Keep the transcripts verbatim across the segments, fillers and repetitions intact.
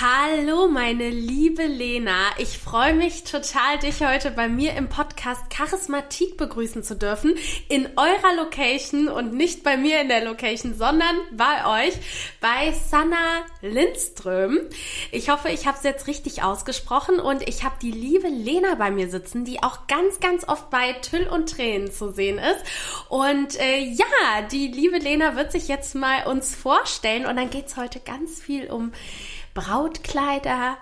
Hallo, meine liebe Lena. Ich freue mich total, dich heute bei mir im Podcast Charismatik begrüßen zu dürfen. In eurer Location und nicht bei mir in der Location, sondern bei euch, bei Sanna Lindström. Ich hoffe, ich habe es jetzt richtig ausgesprochen und ich habe die liebe Lena bei mir sitzen, die auch ganz, ganz oft bei Tüll und Tränen zu sehen ist. Und äh, ja, die liebe Lena wird sich jetzt mal uns vorstellen und dann geht es heute ganz viel um Brautkleider,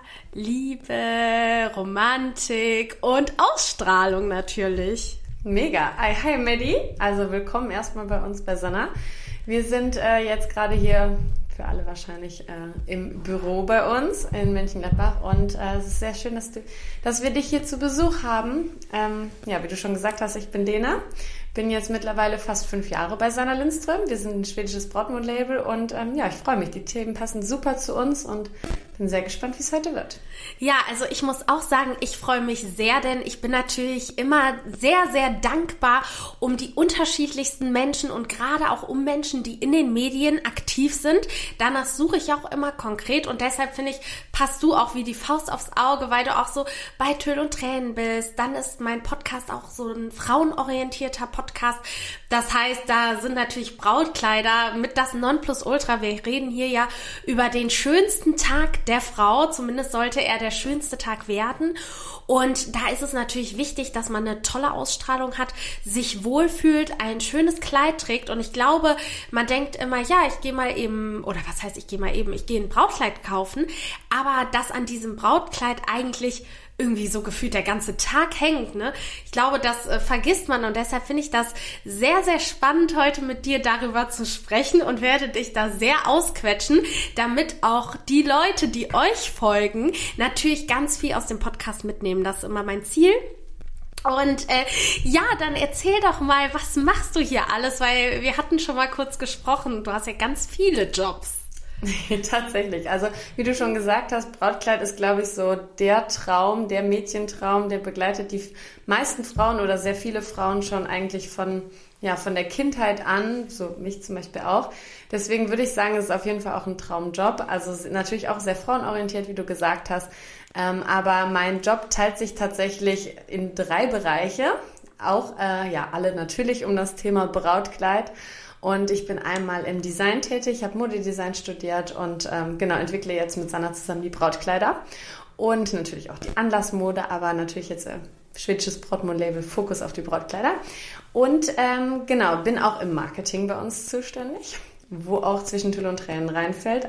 Liebe, Romantik und Ausstrahlung natürlich. Mega. Hi, hi Maddie. Also willkommen erstmal bei uns bei Sanna. Wir sind äh, jetzt gerade hier für alle wahrscheinlich äh, im Büro bei uns in Mönchengladbach und äh, es ist sehr schön, dass, du, dass wir dich hier zu Besuch haben. Ähm, ja, wie du schon gesagt hast, ich bin Lena. Bin jetzt mittlerweile fast fünf Jahre bei Sanna Lindström. Wir sind ein schwedisches Brautmodenlabel und ähm, ja, ich freue mich. Die Themen passen super zu uns und bin sehr gespannt, wie es heute wird. Ja, also ich muss auch sagen, ich freue mich sehr, denn ich bin natürlich immer sehr, sehr dankbar um die unterschiedlichsten Menschen und gerade auch um Menschen, die in den Medien aktiv sind. Danach suche ich auch immer konkret und deshalb finde ich, passt du auch wie die Faust aufs Auge, weil du auch so bei Tüll und Tränen bist. Dann ist mein Podcast auch so ein frauenorientierter Podcast. Das heißt, da sind natürlich Brautkleider mit das Nonplusultra. Wir reden hier ja über den schönsten Tag der Frau. Zumindest sollte er der schönste Tag werden. Und da ist es natürlich wichtig, dass man eine tolle Ausstrahlung hat, sich wohlfühlt, ein schönes Kleid trägt. Und ich glaube, man denkt immer, ja, ich gehe mal eben, oder was heißt, ich gehe mal eben, ich gehe ein Brautkleid kaufen. Aber dass an diesem Brautkleid eigentlich irgendwie so gefühlt der ganze Tag hängt, ne? Ich glaube, das äh, vergisst man und deshalb finde ich das sehr, sehr spannend, heute mit dir darüber zu sprechen und werde dich da sehr ausquetschen, damit auch die Leute, die euch folgen, natürlich ganz viel aus dem Podcast mitnehmen. Das ist immer mein Ziel. Und äh, ja, dann erzähl doch mal, was machst du hier alles? Weil wir hatten schon mal kurz gesprochen, du hast ja ganz viele Jobs. Tatsächlich. Also wie du schon gesagt hast, Brautkleid ist, glaube ich, so der Traum, der Mädchentraum, der begleitet die meisten Frauen oder sehr viele Frauen schon eigentlich von, ja, von der Kindheit an, so mich zum Beispiel auch. Deswegen würde ich sagen, es ist auf jeden Fall auch ein Traumjob. Also natürlich auch sehr frauenorientiert, wie du gesagt hast. Ähm, aber mein Job teilt sich tatsächlich in drei Bereiche. Auch, äh, ja, alle natürlich um das Thema Brautkleid. Und ich bin einmal im Design tätig, ich habe Modedesign studiert und ähm, genau entwickle jetzt mit Sanna zusammen die Brautkleider und natürlich auch die Anlassmode, aber natürlich jetzt äh, schwedisches Brautmodenlabel, Fokus auf die Brautkleider. Und ähm, genau, bin auch im Marketing bei uns zuständig, wo auch zwischen Tüll und Tränen reinfällt,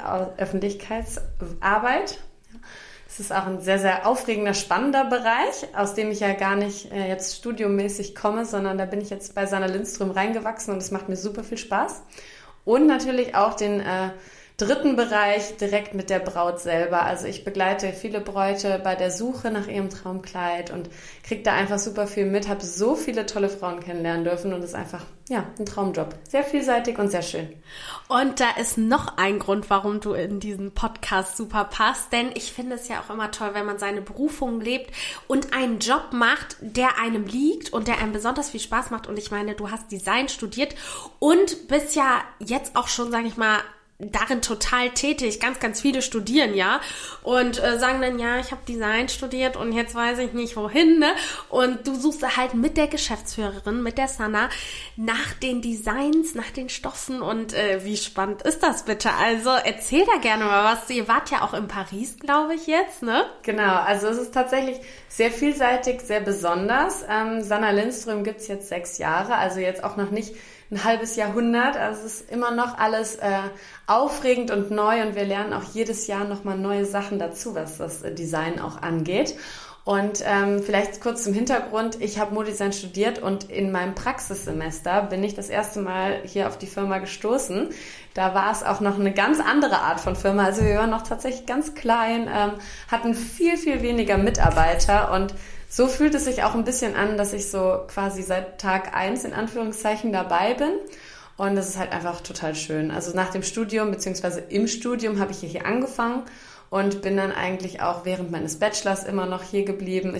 Öffentlichkeitsarbeit. Es ist auch ein sehr, sehr aufregender, spannender Bereich, aus dem ich ja gar nicht äh, jetzt studiomäßig komme, sondern da bin ich jetzt bei Sanna Lindström reingewachsen und es macht mir super viel Spaß. Und natürlich auch den äh, dritten Bereich direkt mit der Braut selber. Also ich begleite viele Bräute bei der Suche nach ihrem Traumkleid und kriege da einfach super viel mit, habe so viele tolle Frauen kennenlernen dürfen und es ist einfach, ja, ein Traumjob. Sehr vielseitig und sehr schön. Und da ist noch ein Grund, warum du in diesen Podcast super passt, denn ich finde es ja auch immer toll, wenn man seine Berufung lebt und einen Job macht, der einem liegt und der einem besonders viel Spaß macht. Und ich meine, du hast Design studiert und bist ja jetzt auch schon, sage ich mal, darin total tätig. Ganz, ganz viele studieren ja und äh, sagen dann, ja, ich habe Design studiert und jetzt weiß ich nicht wohin, ne? Und du suchst halt mit der Geschäftsführerin, mit der Sanna, nach den Designs, nach den Stoffen und äh, wie spannend ist das bitte? Also erzähl da gerne mal was. Ihr wart ja auch in Paris, glaube ich, jetzt, ne? Genau, also es ist tatsächlich sehr vielseitig, sehr besonders. Ähm, Sanna Lindström gibt's jetzt sechs Jahre, also jetzt auch noch nicht ein halbes Jahrhundert. Also es ist immer noch alles äh, aufregend und neu und wir lernen auch jedes Jahr nochmal neue Sachen dazu, was das Design auch angeht. Und ähm, vielleicht kurz zum Hintergrund, ich habe Modedesign studiert und in meinem Praxissemester bin ich das erste Mal hier auf die Firma gestoßen. Da war es auch noch eine ganz andere Art von Firma, also wir waren noch tatsächlich ganz klein, ähm, hatten viel, viel weniger Mitarbeiter und so fühlt es sich auch ein bisschen an, dass ich so quasi seit Tag eins in Anführungszeichen dabei bin. Und das ist halt einfach total schön. Also nach dem Studium, beziehungsweise im Studium habe ich hier angefangen und bin dann eigentlich auch während meines Bachelors immer noch hier geblieben. Ich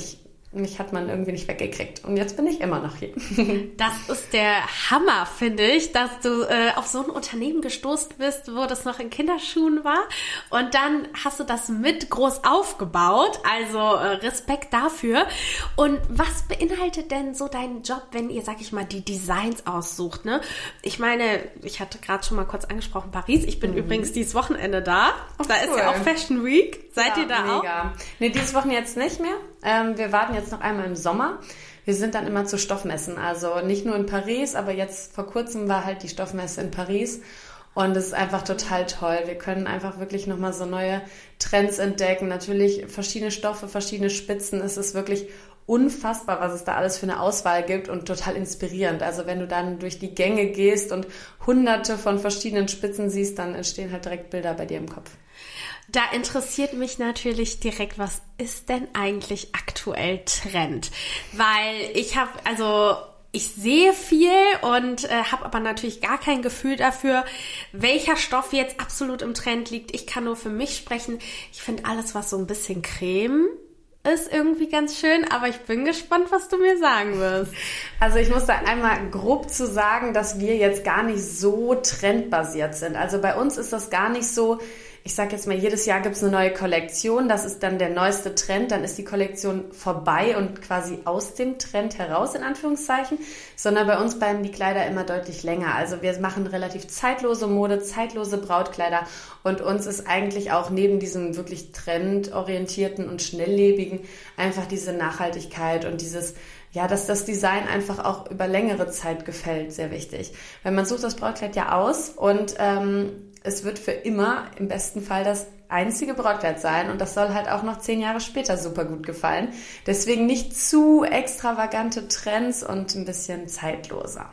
mich hat man irgendwie nicht weggekriegt. Und jetzt bin ich immer noch hier. Das ist der Hammer, finde ich, dass du äh, auf so ein Unternehmen gestoßen bist, wo das noch in Kinderschuhen war. Und dann hast du das mit groß aufgebaut. Also äh, Respekt dafür. Und was beinhaltet denn so dein Job, wenn ihr, sag ich mal, die Designs aussucht? Ne? Ich meine, ich hatte gerade schon mal kurz angesprochen, Paris. Ich bin mhm. übrigens dieses Wochenende da. Oh, da cool. ist ja auch Fashion Week. Seid ja, ihr da mega. auch? Nee, dieses Wochenende jetzt nicht mehr. Ähm, wir warten jetzt noch einmal im Sommer. Wir sind dann immer zu Stoffmessen. Also nicht nur in Paris, aber jetzt vor kurzem war halt die Stoffmesse in Paris. Und es ist einfach total toll. Wir können einfach wirklich nochmal so neue Trends entdecken. Natürlich verschiedene Stoffe, verschiedene Spitzen. Es ist wirklich unfassbar, was es da alles für eine Auswahl gibt und total inspirierend. Also wenn du dann durch die Gänge gehst und hunderte von verschiedenen Spitzen siehst, dann entstehen halt direkt Bilder bei dir im Kopf. Da interessiert mich natürlich direkt, was ist denn eigentlich aktuell Trend? Weil ich habe, also ich sehe viel und äh, habe aber natürlich gar kein Gefühl dafür, welcher Stoff jetzt absolut im Trend liegt. Ich kann nur für mich sprechen. Ich finde alles, was so ein bisschen Creme ist, irgendwie ganz schön, aber ich bin gespannt, was du mir sagen wirst. Also ich muss da einmal grob zu sagen, dass wir jetzt gar nicht so trendbasiert sind. Also bei uns ist das gar nicht so, ich sage jetzt mal, jedes Jahr gibt es eine neue Kollektion, das ist dann der neueste Trend, dann ist die Kollektion vorbei und quasi aus dem Trend heraus, in Anführungszeichen, sondern bei uns bleiben die Kleider immer deutlich länger. Also wir machen relativ zeitlose Mode, zeitlose Brautkleider und uns ist eigentlich auch neben diesem wirklich trendorientierten und schnelllebigen einfach diese Nachhaltigkeit und dieses, ja, dass das Design einfach auch über längere Zeit gefällt, sehr wichtig. Weil man sucht das Brautkleid ja aus und ähm, es wird für immer im besten Fall das einzige Brautkleid sein und das soll halt auch noch zehn Jahre später super gut gefallen. Deswegen nicht zu extravagante Trends und ein bisschen zeitloser.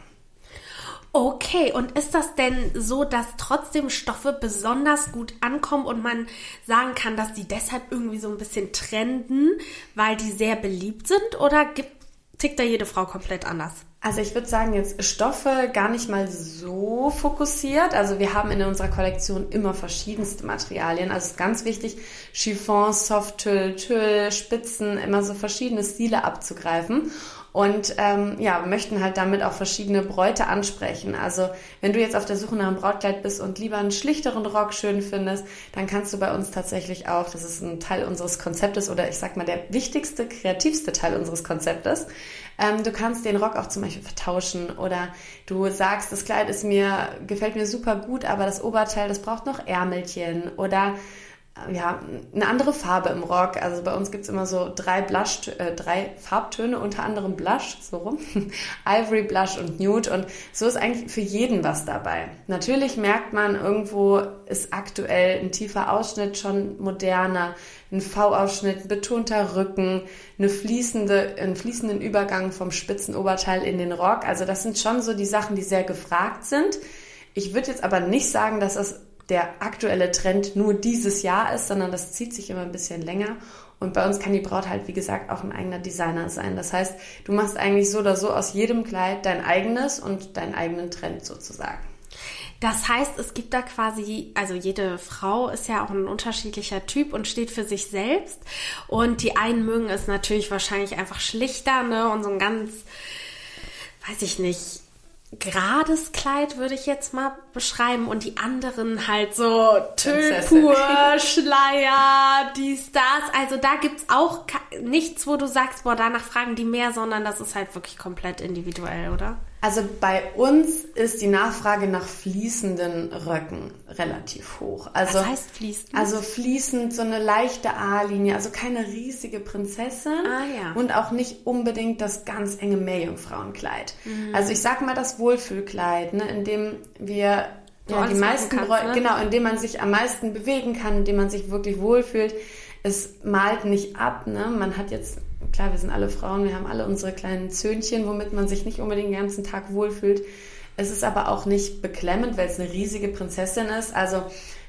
Okay, und ist das denn so, dass trotzdem Stoffe besonders gut ankommen und man sagen kann, dass die deshalb irgendwie so ein bisschen trenden, weil die sehr beliebt sind, oder gibt, tickt da jede Frau komplett anders? Also ich würde sagen, jetzt Stoffe gar nicht mal so fokussiert. Also wir haben in unserer Kollektion immer verschiedenste Materialien. Also es ist ganz wichtig, Chiffon, Softtüll, Tüll, Spitzen, immer so verschiedene Stile abzugreifen. Und ähm, ja, möchten halt damit auch verschiedene Bräute ansprechen. Also wenn du jetzt auf der Suche nach einem Brautkleid bist und lieber einen schlichteren Rock schön findest, dann kannst du bei uns tatsächlich auch, das ist ein Teil unseres Konzeptes oder ich sag mal der wichtigste, kreativste Teil unseres Konzeptes, ähm, du kannst den Rock auch zum Beispiel vertauschen oder du sagst, das Kleid ist mir, gefällt mir super gut, aber das Oberteil, das braucht noch Ärmelchen oder ja, eine andere Farbe im Rock. Also bei uns gibt's immer so drei Blush, äh, drei Farbtöne, unter anderem Blush, so rum, Ivory, Blush und Nude und so ist eigentlich für jeden was dabei. Natürlich merkt man, irgendwo ist aktuell ein tiefer Ausschnitt schon moderner, ein V-Ausschnitt, ein betonter Rücken, eine fließende, einen fließenden Übergang vom spitzen Oberteil in den Rock. Also das sind schon so die Sachen, die sehr gefragt sind. Ich würde jetzt aber nicht sagen, dass das der aktuelle Trend nur dieses Jahr ist, sondern das zieht sich immer ein bisschen länger. Und bei uns kann die Braut halt, wie gesagt, auch ein eigener Designer sein. Das heißt, du machst eigentlich so oder so aus jedem Kleid dein eigenes und deinen eigenen Trend sozusagen. Das heißt, es gibt da quasi, also jede Frau ist ja auch ein unterschiedlicher Typ und steht für sich selbst. Und die einen mögen es natürlich wahrscheinlich einfach schlichter, ne, und so ein ganz, weiß ich nicht, gerades Kleid würde ich jetzt mal beschreiben und die anderen halt so Tüll pur, Schleier, dies, das. Also da gibt's auch nichts, wo du sagst, boah, danach fragen die mehr, sondern das ist halt wirklich komplett individuell, oder? Also bei uns ist die Nachfrage nach fließenden Röcken relativ hoch. Also, was heißt fließend? Also fließend, so eine leichte A-Linie, also keine riesige Prinzessin ah, ja. und auch nicht unbedingt das ganz enge Meerjungfrauenkleid. Mhm. Also ich sag mal das Wohlfühlkleid, ne, in dem wir ja, die meisten kannst, ne? Genau, in dem man sich am meisten bewegen kann, in dem man sich wirklich wohlfühlt. Es malt nicht ab, ne? Man hat jetzt, klar, wir sind alle Frauen, wir haben alle unsere kleinen Zöhnchen, womit man sich nicht unbedingt den ganzen Tag wohlfühlt. Es ist aber auch nicht beklemmend, weil es eine riesige Prinzessin ist. Also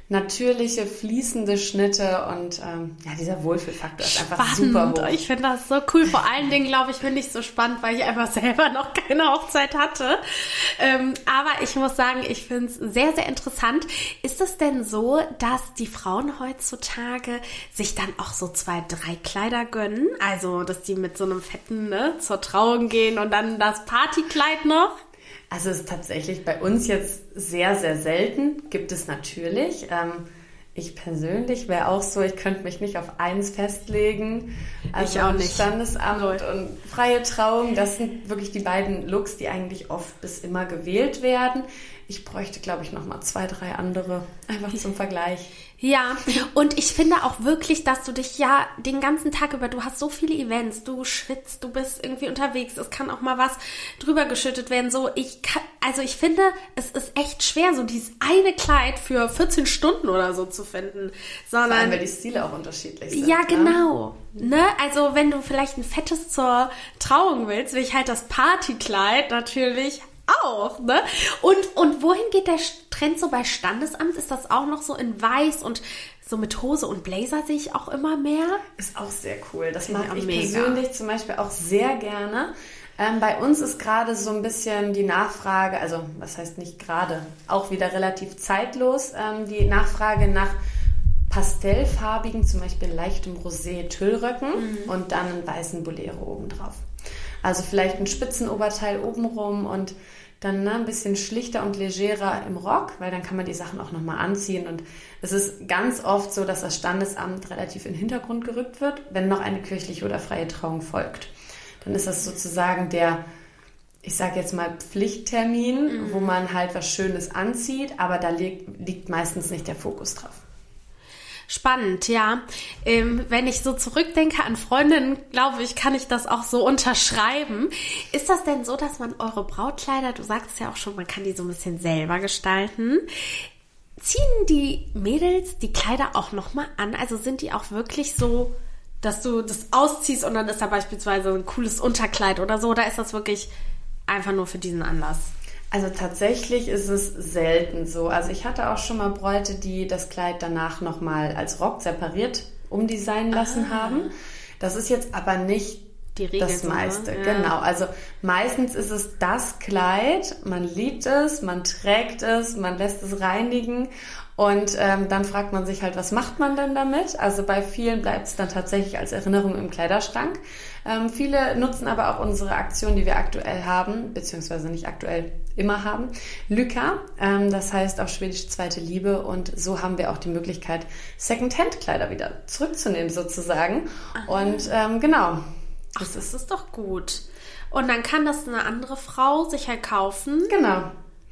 natürliche, fließende Schnitte und ähm, ja, dieser Wohlfühlfaktor ist einfach Spannend. super hoch. Ich finde das so cool. Vor allen Dingen, glaube ich, finde ich es so spannend, weil ich einfach selber noch keine Hochzeit hatte. Ähm, aber ich muss sagen, ich finde es sehr, sehr interessant. Ist es denn so, dass die Frauen heutzutage sich dann auch so zwei, drei Kleider gönnen? Also, dass die mit so einem fetten, ne, zur Trauung gehen und dann das Partykleid noch? Also es ist tatsächlich bei uns jetzt sehr, sehr selten, gibt es natürlich. Ähm, ich persönlich wäre auch so, ich könnte mich nicht auf eins festlegen. Also ich auch nicht. Standesamt Null. Und freie Trauung, das sind wirklich die beiden Looks, die eigentlich oft bis immer gewählt werden. Ich bräuchte, glaube ich, nochmal zwei, drei andere, einfach zum Vergleich. Ja, und ich finde auch wirklich, dass du dich ja den ganzen Tag über, du hast so viele Events, du schwitzt, du bist irgendwie unterwegs, es kann auch mal was drüber geschüttet werden, so, ich kann, also ich finde, es ist echt schwer, so dieses eine Kleid für vierzehn Stunden oder so zu finden, sondern... Vor allem, weil die Stile auch unterschiedlich sind. Ja, genau, ne, ne? Also wenn du vielleicht ein fettes zur Trauung willst, will ich halt das Partykleid natürlich auch, ne? Und, und wohin geht der Trend so bei Standesamt? Ist das auch noch so in weiß und so mit Hose und Blazer sehe ich auch immer mehr? Ist auch sehr cool. Das Finde mag ich ich mega. persönlich zum Beispiel auch sehr gerne. Ähm, bei uns ist gerade so ein bisschen die Nachfrage, also was heißt nicht gerade, auch wieder relativ zeitlos, ähm, die Nachfrage nach pastellfarbigen, zum Beispiel leichtem Rosé-Tüllröcken mhm. und dann einen weißen Bolero obendrauf. Also vielleicht ein Spitzenoberteil obenrum und dann ne, ein bisschen schlichter und legerer im Rock, weil dann kann man die Sachen auch nochmal anziehen. Und es ist ganz oft so, dass das Standesamt relativ in den Hintergrund gerückt wird, wenn noch eine kirchliche oder freie Trauung folgt. Dann ist das sozusagen der, ich sage jetzt mal, Pflichttermin, mhm. wo man halt was Schönes anzieht, aber da liegt, liegt meistens nicht der Fokus drauf. Spannend, ja. Ähm, wenn ich so zurückdenke an Freundinnen, glaube ich, kann ich das auch so unterschreiben. Ist das denn so, dass man eure Brautkleider, du sagst ja auch schon, man kann die so ein bisschen selber gestalten, ziehen die Mädels die Kleider auch nochmal an? Also sind die auch wirklich so, dass du das ausziehst und dann ist da beispielsweise ein cooles Unterkleid oder so? Oder ist das wirklich einfach nur für diesen Anlass? Also tatsächlich ist es selten so. Also ich hatte auch schon mal Bräute, die das Kleid danach nochmal als Rock separiert umdesignen lassen ah. haben. Das ist jetzt aber nicht die Regel, das meiste. Ja. Genau. Also meistens ist es das Kleid, man liebt es, man trägt es, man lässt es reinigen und ähm, dann fragt man sich halt, was macht man denn damit? Also bei vielen bleibt es dann tatsächlich als Erinnerung im Kleiderschrank. Ähm, viele nutzen aber auch unsere Aktion, die wir aktuell haben, beziehungsweise nicht aktuell, immer haben, Lyka, ähm, das heißt auf Schwedisch zweite Liebe und so haben wir auch die Möglichkeit, Second-Hand-Kleider wieder zurückzunehmen sozusagen. Aha. Und ähm, genau. Ach, das ist, ist doch gut. Und dann kann das eine andere Frau sich halt kaufen. Genau.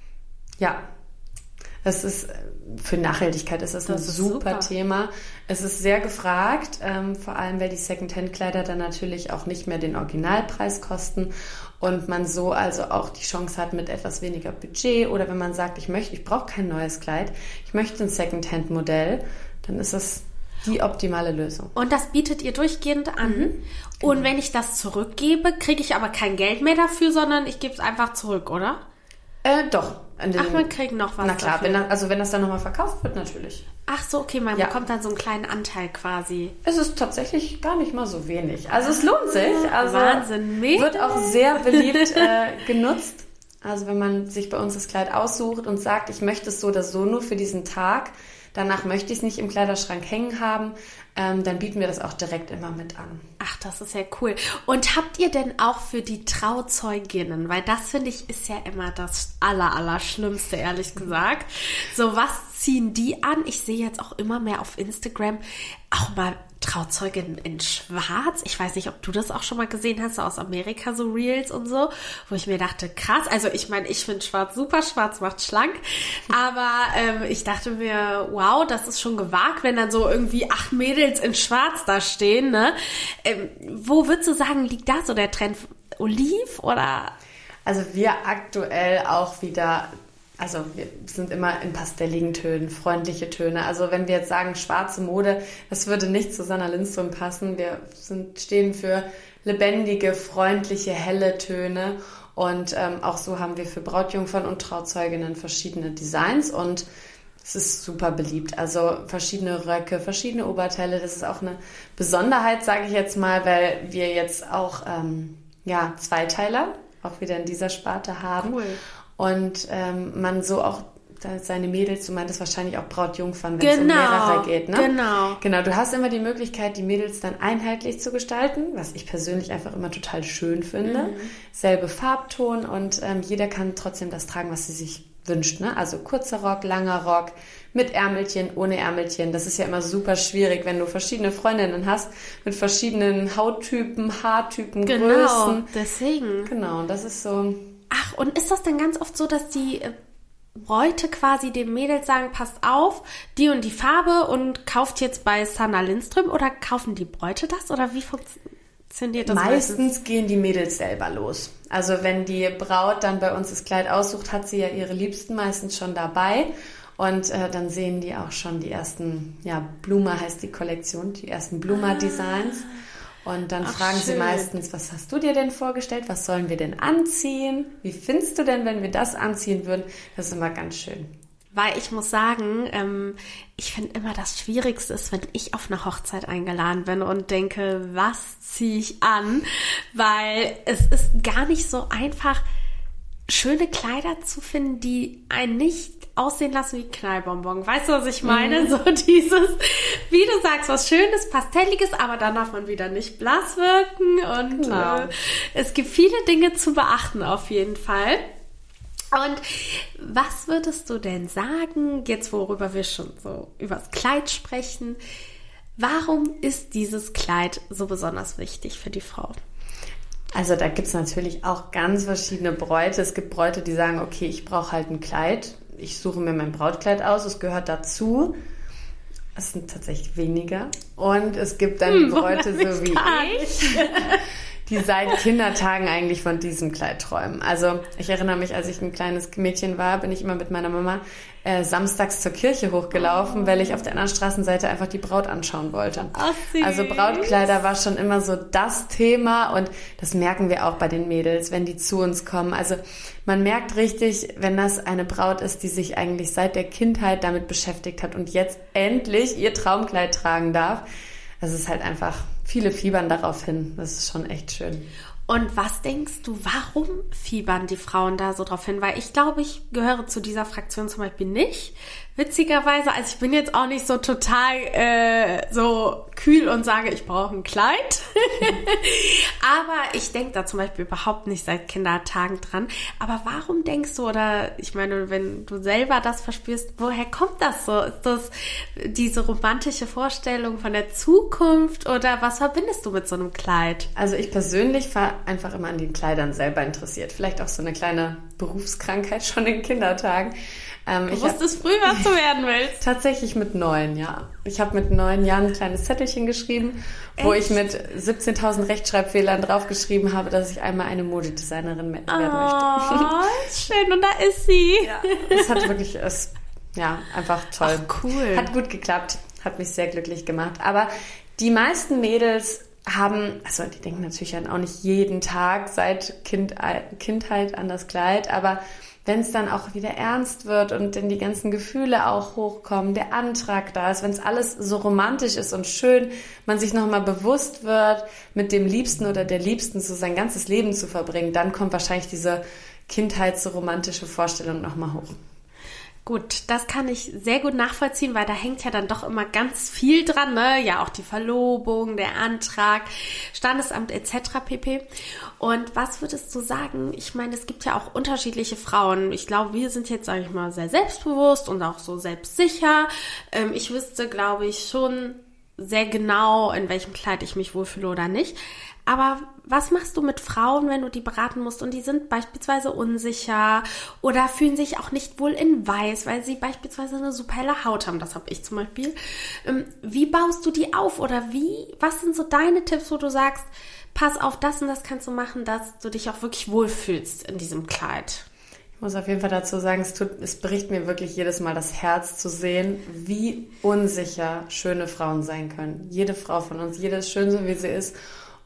Ja. Das ist, für Nachhaltigkeit ist das, das ein ist super, super Thema. Es ist sehr gefragt, ähm, vor allem, weil die Second-Hand-Kleider dann natürlich auch nicht mehr den Originalpreis kosten und man so also auch die Chance hat mit etwas weniger Budget oder wenn man sagt, ich möchte, ich brauche kein neues Kleid, ich möchte ein Second-Hand-Modell, dann ist das die optimale Lösung. Und das bietet ihr durchgehend an. Mhm. Und wenn ich das zurückgebe, kriege ich aber kein Geld mehr dafür, sondern ich gebe es einfach zurück, oder? Äh, doch. Den, Ach, man kriegt noch was Na klar, dafür. Wenn das, also wenn das dann nochmal verkauft wird, natürlich. Ach so, okay, man ja. bekommt dann so einen kleinen Anteil quasi. Es ist tatsächlich gar nicht mal so wenig. Also es lohnt sich. Also Wahnsinn, mega. Wird auch sehr beliebt äh, genutzt. Also wenn man sich bei uns das Kleid aussucht und sagt, ich möchte es so oder so nur für diesen Tag, danach möchte ich es nicht im Kleiderschrank hängen haben, ähm, dann bieten wir das auch direkt immer mit an. Ach, das ist ja cool. Und habt ihr denn auch für die Trauzeuginnen, weil das finde ich ist ja immer das aller, aller Schlimmste, ehrlich gesagt. So, was ziehen die an? Ich sehe jetzt auch immer mehr auf Instagram auch mal Trauzeuginnen in Schwarz. Ich weiß nicht, ob du das auch schon mal gesehen hast, so aus Amerika, so Reels und so, wo ich mir dachte, krass, also ich meine, ich finde Schwarz super, Schwarz macht schlank, aber ähm, ich dachte mir, wow, das ist schon gewagt, wenn dann so irgendwie acht Mädels in Schwarz da stehen, ne? Ähm, wo würdest du sagen, liegt da so der Trend? Oliv oder? Also wir aktuell auch wieder... Also wir sind immer in pastelligen Tönen, freundliche Töne. Also wenn wir jetzt sagen schwarze Mode, das würde nicht zu Sanna Lindström passen. Wir sind, stehen für lebendige, freundliche, helle Töne. Und ähm, auch so haben wir für Brautjungfern und Trauzeuginnen verschiedene Designs. Und es ist super beliebt. Also verschiedene Röcke, verschiedene Oberteile. Das ist auch eine Besonderheit, sage ich jetzt mal, weil wir jetzt auch ähm, ja, Zweiteiler auch wieder in dieser Sparte haben. Cool. Und ähm, man so auch seine Mädels, du meintest wahrscheinlich auch Brautjungfern, wenn es genau, um mehrere geht, ne? Genau. Genau, du hast immer die Möglichkeit, die Mädels dann einheitlich zu gestalten, was ich persönlich einfach immer total schön finde. Mhm. Selbe Farbton und ähm, jeder kann trotzdem das tragen, was sie sich wünscht, ne? Also kurzer Rock, langer Rock, mit Ärmelchen, ohne Ärmelchen. Das ist ja immer super schwierig, wenn du verschiedene Freundinnen hast, mit verschiedenen Hauttypen, Haartypen, genau, Größen. Genau, deswegen. Genau, das ist so... Ach, und ist das denn ganz oft so, dass die Bräute quasi den Mädels sagen, passt auf, die und die Farbe und kauft jetzt bei Sanna Lindström, oder kaufen die Bräute das, oder wie funktioniert das? Meistens, meistens gehen die Mädels selber los. Also wenn die Braut dann bei uns das Kleid aussucht, hat sie ja ihre Liebsten meistens schon dabei und äh, dann sehen die auch schon die ersten, ja, Bluma heißt die Kollektion, die ersten Bluma-Designs. Ah. Und dann Ach, fragen schön. sie meistens, was hast du dir denn vorgestellt? Was sollen wir denn anziehen? Wie findest du denn, wenn wir das anziehen würden? Das ist immer ganz schön. Weil ich muss sagen, ähm, ich finde immer, das Schwierigste ist, wenn ich auf eine Hochzeit eingeladen bin und denke, was ziehe ich an? Weil es ist gar nicht so einfach, schöne Kleider zu finden, die einen nicht aussehen lassen wie Knallbonbon. Weißt du, was ich meine? Mhm. So dieses, wie du sagst, was Schönes, Pastelliges, aber dann darf man wieder nicht blass wirken. Und genau. äh, es gibt viele Dinge zu beachten auf jeden Fall. Und was würdest du denn sagen, jetzt worüber wir schon so übers Kleid sprechen, warum ist dieses Kleid so besonders wichtig für die Frau? Also da gibt es natürlich auch ganz verschiedene Bräute. Es gibt Bräute, die sagen, okay, ich brauche halt ein Kleid. Ich suche mir mein Brautkleid aus, es gehört dazu. Es sind tatsächlich weniger. Und es gibt dann hm, Bräute, so wie ich, die seit Kindertagen eigentlich von diesem Kleid träumen. Also ich erinnere mich, als ich ein kleines Mädchen war, bin ich immer mit meiner Mama äh, samstags zur Kirche hochgelaufen, oh. weil ich auf der anderen Straßenseite einfach die Braut anschauen wollte. Ach, süß. Also Brautkleider war schon immer so das Thema und das merken wir auch bei den Mädels, wenn die zu uns kommen. Also man merkt richtig, wenn das eine Braut ist, die sich eigentlich seit der Kindheit damit beschäftigt hat und jetzt endlich ihr Traumkleid tragen darf. Es ist halt einfach, viele fiebern darauf hin. Das ist schon echt schön. Und was denkst du, warum fiebern die Frauen da so drauf hin? Weil ich glaube, ich gehöre zu dieser Fraktion zum Beispiel nicht. Witzigerweise, also ich bin jetzt auch nicht so total äh, so kühl und sage, ich brauche ein Kleid. Aber ich denke da zum Beispiel überhaupt nicht seit Kindertagen dran. Aber warum denkst du, oder ich meine, wenn du selber das verspürst, woher kommt das so? Ist das diese romantische Vorstellung von der Zukunft oder was verbindest du mit so einem Kleid? Also ich persönlich war einfach immer an den Kleidern selber interessiert. Vielleicht auch so eine kleine Berufskrankheit schon in Kindertagen. Ähm, du wusstest früh, was du werden willst. Tatsächlich mit neun, ja. Ich habe mit neun Jahren ein kleines Zettelchen geschrieben, wo Echt? ich mit siebzehntausend Rechtschreibfehlern draufgeschrieben habe, dass ich einmal eine Modedesignerin werden oh, möchte. Oh, schön. Und da ist sie. Ja, es hat wirklich, es, ja, einfach toll. Ach, cool. Hat gut geklappt, hat mich sehr glücklich gemacht. Aber die meisten Mädels haben, also die denken natürlich dann auch nicht jeden Tag seit kind, Kindheit an das Kleid, aber wenn es dann auch wieder ernst wird und dann die ganzen Gefühle auch hochkommen, der Antrag da ist, wenn es alles so romantisch ist und schön, man sich nochmal bewusst wird, mit dem Liebsten oder der Liebsten so sein ganzes Leben zu verbringen, dann kommt wahrscheinlich diese kindheitsromantische Vorstellung nochmal hoch. Gut, das kann ich sehr gut nachvollziehen, weil da hängt ja dann doch immer ganz viel dran, ne? Ja, auch die Verlobung, der Antrag, Standesamt et cetera pp. Und was würdest du sagen? Ich meine, es gibt ja auch unterschiedliche Frauen. Ich glaube, wir sind jetzt, sage ich mal, sehr selbstbewusst und auch so selbstsicher. Ähm, ich wüsste, glaube ich, schon sehr genau, in welchem Kleid ich mich wohlfühle oder nicht. Aber was machst du mit Frauen, wenn du die beraten musst und die sind beispielsweise unsicher oder fühlen sich auch nicht wohl in weiß, weil sie beispielsweise eine super helle Haut haben? Das habe ich zum Beispiel. Wie baust du die auf oder wie? Was sind so deine Tipps, wo du sagst, pass auf, das und das kannst du machen, dass du dich auch wirklich wohlfühlst in diesem Kleid? Ich muss auf jeden Fall dazu sagen, es, tut, es bricht mir wirklich jedes Mal das Herz zu sehen, wie unsicher schöne Frauen sein können. Jede Frau von uns, jede ist schön, so wie sie ist.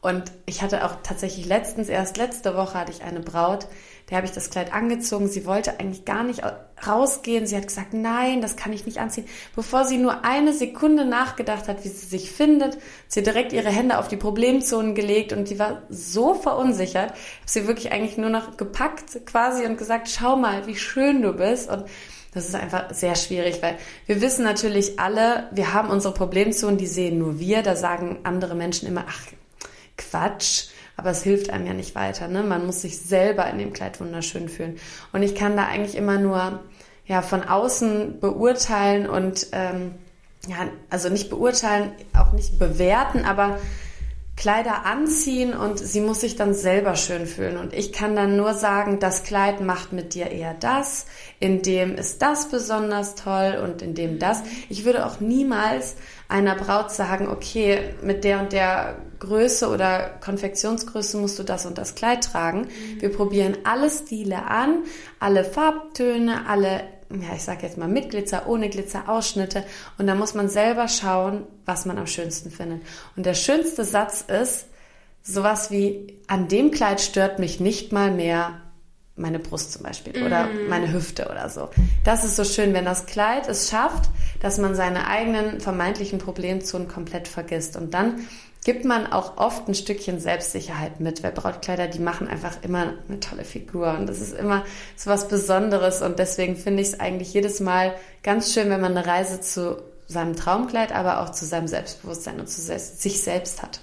Und ich hatte auch tatsächlich letztens, erst letzte Woche hatte ich eine Braut, der habe ich das Kleid angezogen. Sie wollte eigentlich gar nicht rausgehen. Sie hat gesagt, nein, das kann ich nicht anziehen. Bevor sie nur eine Sekunde nachgedacht hat, wie sie sich findet, hat sie direkt ihre Hände auf die Problemzonen gelegt und sie war so verunsichert. Ich habe sie wirklich eigentlich nur noch gepackt quasi und gesagt, schau mal, wie schön du bist. Und das ist einfach sehr schwierig, weil wir wissen natürlich alle, wir haben unsere Problemzonen, die sehen nur wir. Da sagen andere Menschen immer, ach, Quatsch. Aber es hilft einem ja nicht weiter, ne? Man muss sich selber in dem Kleid wunderschön fühlen. Und ich kann da eigentlich immer nur ja von außen beurteilen und ähm, ja, also nicht beurteilen, auch nicht bewerten, aber Kleider anziehen und sie muss sich dann selber schön fühlen. Und ich kann dann nur sagen, das Kleid macht mit dir eher das, in dem ist das besonders toll und in dem das. Ich würde auch niemals einer Braut sagen, okay, mit der und der Größe oder Konfektionsgröße musst du das und das Kleid tragen. Mhm. Wir probieren alle Stile an, alle Farbtöne, alle, ja, ich sag jetzt mal mit Glitzer, ohne Glitzer, Ausschnitte. Und da muss man selber schauen, was man am schönsten findet. Und der schönste Satz ist sowas wie, an dem Kleid stört mich nicht mal mehr meine Brust zum Beispiel oder mm. meine Hüfte oder so. Das ist so schön, wenn das Kleid es schafft, dass man seine eigenen vermeintlichen Problemzonen komplett vergisst. Und dann gibt man auch oft ein Stückchen Selbstsicherheit mit, weil Brautkleider, die machen einfach immer eine tolle Figur und das ist immer so was Besonderes und deswegen finde ich es eigentlich jedes Mal ganz schön, wenn man eine Reise zu seinem Traumkleid, aber auch zu seinem Selbstbewusstsein und zu sich selbst hat.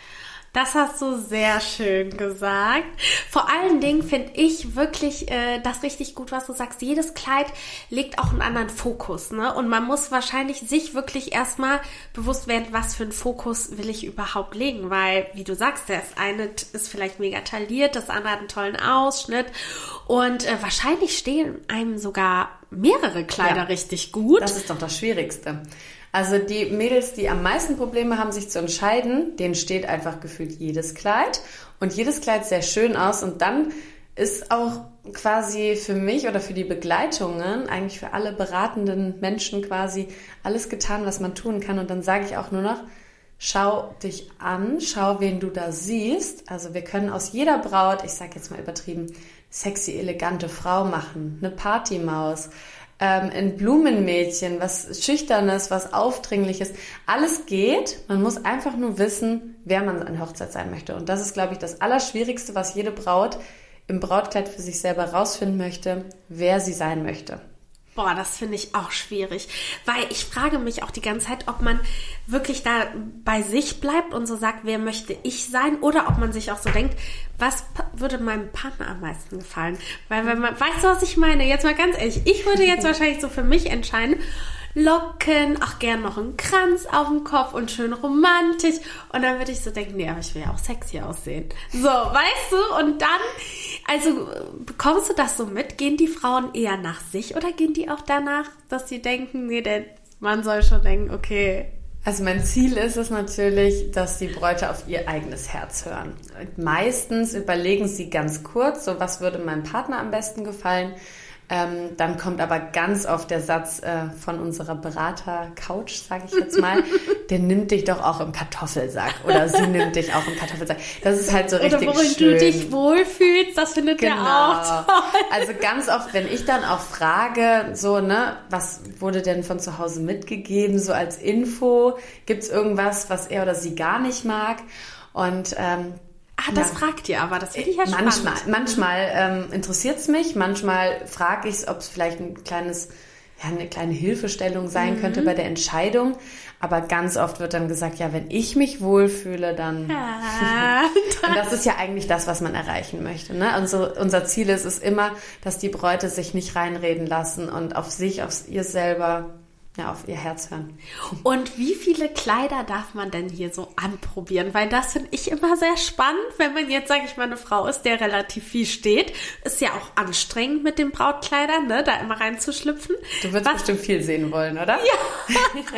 Das hast du sehr schön gesagt. Vor allen Dingen finde ich wirklich äh, das richtig gut, was du sagst. Jedes Kleid legt auch einen anderen Fokus, ne? Und man muss wahrscheinlich sich wirklich erstmal bewusst werden, was für einen Fokus will ich überhaupt legen. Weil, wie du sagst, das eine ist vielleicht mega tailliert, das andere hat einen tollen Ausschnitt. Und äh, wahrscheinlich stehen einem sogar mehrere Kleider ja, richtig gut. Das ist doch das Schwierigste. Also die Mädels, die am meisten Probleme haben, sich zu entscheiden, denen steht einfach gefühlt jedes Kleid und jedes Kleid sehr schön aus und dann ist auch quasi für mich oder für die Begleitungen, eigentlich für alle beratenden Menschen quasi alles getan, was man tun kann und dann sage ich auch nur noch, schau dich an, schau, wen du da siehst. Also wir können aus jeder Braut, ich sage jetzt mal übertrieben, sexy, elegante Frau machen, eine Partymaus, Ähm, ein Blumenmädchen, was Schüchternes, was Aufdringliches. Alles geht. Man muss einfach nur wissen, wer man an Hochzeit sein möchte. Und das ist, glaube ich, das Allerschwierigste, was jede Braut im Brautkleid für sich selber rausfinden möchte, wer sie sein möchte. Boah, das finde ich auch schwierig, weil ich frage mich auch die ganze Zeit, ob man wirklich da bei sich bleibt und so sagt, wer möchte ich sein oder ob man sich auch so denkt, was würde meinem Partner am meisten gefallen? Weil wenn man, weißt du, was ich meine? Jetzt mal ganz ehrlich, ich würde jetzt wahrscheinlich so für mich entscheiden, Locken, ach gern noch einen Kranz auf dem Kopf und schön romantisch. Und dann würde ich so denken, nee, aber ich will ja auch sexy aussehen. So, weißt du? Und dann, also bekommst du das so mit? Gehen die Frauen eher nach sich oder gehen die auch danach, dass sie denken, nee, der Mann soll schon denken, okay. Also mein Ziel ist es natürlich, dass die Bräute auf ihr eigenes Herz hören. Und meistens überlegen sie ganz kurz, so was würde meinem Partner am besten gefallen. Ähm, dann kommt aber ganz oft der Satz äh, von unserer Berater-Couch, sage ich jetzt mal, der nimmt dich doch auch im Kartoffelsack oder sie nimmt dich auch im Kartoffelsack. Das ist halt so richtig schön. Oder worin du dich wohlfühlst, das findet genau. der auch toll. Also ganz oft, wenn ich dann auch frage, so, ne, was wurde denn von zu Hause mitgegeben, so als Info, gibt's irgendwas, was er oder sie gar nicht mag? Und ähm, Ah, das ja. fragt ihr aber, das finde ich ja spannend. Manchmal, manchmal ähm, interessiert es mich, manchmal frage ich, ob es vielleicht ein kleines, ja, eine kleine Hilfestellung sein mhm. könnte bei der Entscheidung. Aber ganz oft wird dann gesagt, ja, wenn ich mich wohlfühle, dann... Ja, und das ist ja eigentlich das, was man erreichen möchte. Ne? Also unser Ziel ist es immer, dass die Bräute sich nicht reinreden lassen und auf sich, auf ihr selber... Ja, auf ihr Herz hören. Und wie viele Kleider darf man denn hier so anprobieren? Weil das finde ich immer sehr spannend, wenn man jetzt, sage ich mal, eine Frau ist, der relativ viel steht. Ist ja auch anstrengend mit den Brautkleidern, ne, da immer reinzuschlüpfen. Du würdest was, bestimmt viel sehen wollen, oder? Ja.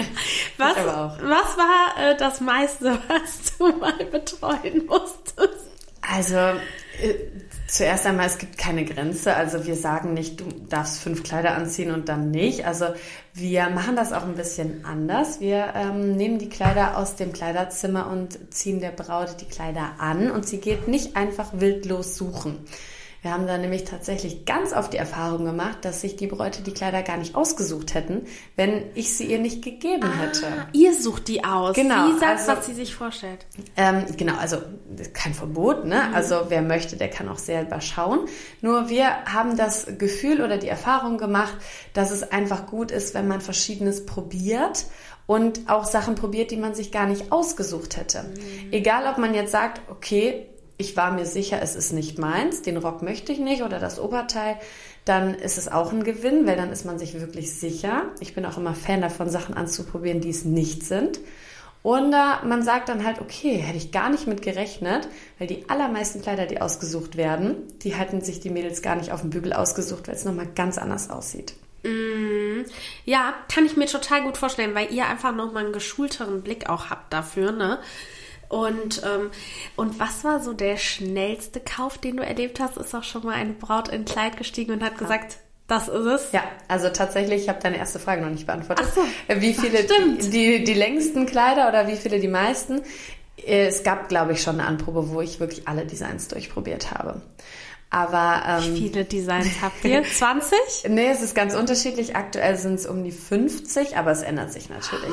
was, ich aber auch. Was war äh, das meiste, was du mal betreuen musstest? Also, Zuerst einmal, es gibt keine Grenze. Also wir sagen nicht, du darfst fünf Kleider anziehen und dann nicht. Also wir machen das auch ein bisschen anders. Wir ähm, nehmen die Kleider aus dem Kleiderzimmer und ziehen der Braut die Kleider an und sie geht nicht einfach wildlos suchen. Wir haben da nämlich tatsächlich ganz oft die Erfahrung gemacht, dass sich die Bräute die Kleider gar nicht ausgesucht hätten, wenn ich sie ihr nicht gegeben ah, hätte. Ihr sucht die aus. Genau. Sie sagt, also, was sie sich vorstellt. Ähm, genau, also kein Verbot, ne? Mhm. Also wer möchte, der kann auch selber schauen. Nur wir haben das Gefühl oder die Erfahrung gemacht, dass es einfach gut ist, wenn man Verschiedenes probiert und auch Sachen probiert, die man sich gar nicht ausgesucht hätte. Mhm. Egal, ob man jetzt sagt, okay, ich war mir sicher, es ist nicht meins, den Rock möchte ich nicht oder das Oberteil, dann ist es auch ein Gewinn, weil dann ist man sich wirklich sicher. Ich bin auch immer Fan davon, Sachen anzuprobieren, die es nicht sind. Und äh, man sagt dann halt, okay, hätte ich gar nicht mit gerechnet, weil die allermeisten Kleider, die ausgesucht werden, die hatten sich die Mädels gar nicht auf dem Bügel ausgesucht, weil es nochmal ganz anders aussieht. Mm, ja, kann ich mir total gut vorstellen, weil ihr einfach nochmal einen geschulteren Blick auch habt dafür, ne? Und, ähm, und was war so der schnellste Kauf, den du erlebt hast? Ist auch schon mal eine Braut in ein Kleid gestiegen und hat gesagt, das ist es? Ja, also tatsächlich, ich habe deine erste Frage noch nicht beantwortet. Ach so, wie viele die, die, die längsten Kleider oder wie viele die meisten? Es gab, glaube ich, schon eine Anprobe, wo ich wirklich alle Designs durchprobiert habe. Aber ähm, wie viele Designs habt ihr? zwanzig? Nee, es ist ganz unterschiedlich. Aktuell sind es um die fünfzig, aber es ändert sich natürlich.